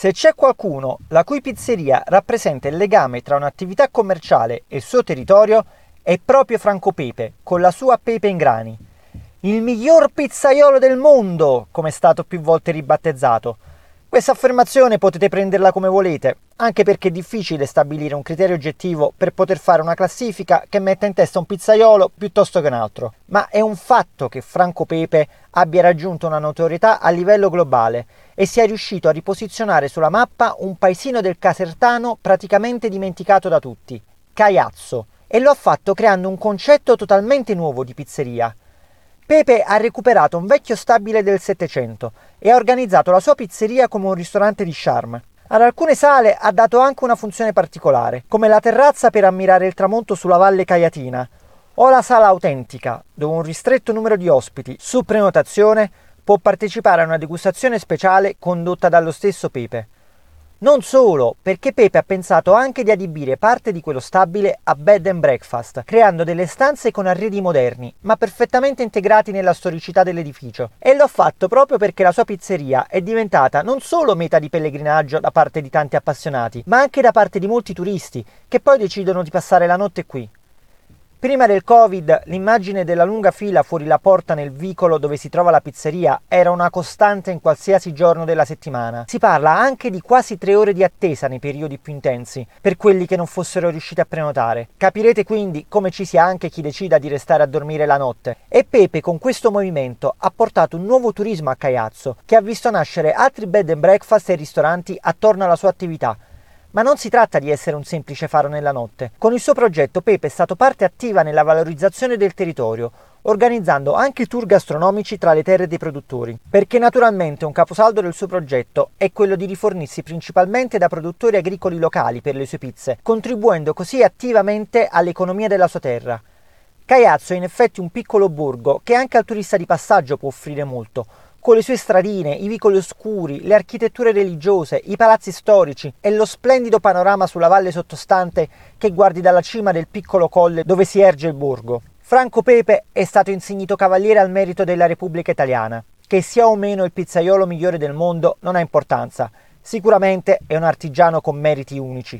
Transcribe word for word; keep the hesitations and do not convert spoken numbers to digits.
Se c'è qualcuno la cui pizzeria rappresenta il legame tra un'attività commerciale e il suo territorio, è proprio Franco Pepe, con la sua Pepe in Grani. Il miglior pizzaiolo del mondo, come è stato più volte ribattezzato. Questa affermazione potete prenderla come volete, anche perché è difficile stabilire un criterio oggettivo per poter fare una classifica che metta in testa un pizzaiolo piuttosto che un altro. Ma è un fatto che Franco Pepe abbia raggiunto una notorietà a livello globale e sia riuscito a riposizionare sulla mappa un paesino del Casertano praticamente dimenticato da tutti, Caiazzo, e lo ha fatto creando un concetto totalmente nuovo di pizzeria. Pepe ha recuperato un vecchio stabile del Settecento e ha organizzato la sua pizzeria come un ristorante di charme. Ad alcune sale ha dato anche una funzione particolare, come la terrazza per ammirare il tramonto sulla Valle Caiatina, o la sala autentica, dove un ristretto numero di ospiti, su prenotazione, può partecipare a una degustazione speciale condotta dallo stesso Pepe. Non solo, perché Pepe ha pensato anche di adibire parte di quello stabile a bed and breakfast, creando delle stanze con arredi moderni, ma perfettamente integrati nella storicità dell'edificio. E lo ha fatto proprio perché la sua pizzeria è diventata non solo meta di pellegrinaggio da parte di tanti appassionati, ma anche da parte di molti turisti, che poi decidono di passare la notte qui. Prima del Covid, l'immagine della lunga fila fuori la porta nel vicolo dove si trova la pizzeria era una costante in qualsiasi giorno della settimana. Si parla anche di quasi tre ore di attesa nei periodi più intensi, per quelli che non fossero riusciti a prenotare. Capirete quindi come ci sia anche chi decida di restare a dormire la notte. E Pepe con questo movimento ha portato un nuovo turismo a Caiazzo, che ha visto nascere altri bed and breakfast e ristoranti attorno alla sua attività. Ma non si tratta di essere un semplice faro nella notte. Con il suo progetto Pepe è stato parte attiva nella valorizzazione del territorio, organizzando anche tour gastronomici tra le terre dei produttori, perché naturalmente un caposaldo del suo progetto è quello di rifornirsi principalmente da produttori agricoli locali per le sue pizze, contribuendo così attivamente all'economia della sua terra. Caiazzo è in effetti un piccolo borgo che anche al turista di passaggio può offrire molto, con le sue stradine, i vicoli oscuri, le architetture religiose, i palazzi storici e lo splendido panorama sulla valle sottostante che guardi dalla cima del piccolo colle dove si erge il borgo. Franco Pepe è stato insignito Cavaliere al Merito della Repubblica Italiana. Che sia o meno il pizzaiolo migliore del mondo non ha importanza, sicuramente è un artigiano con meriti unici.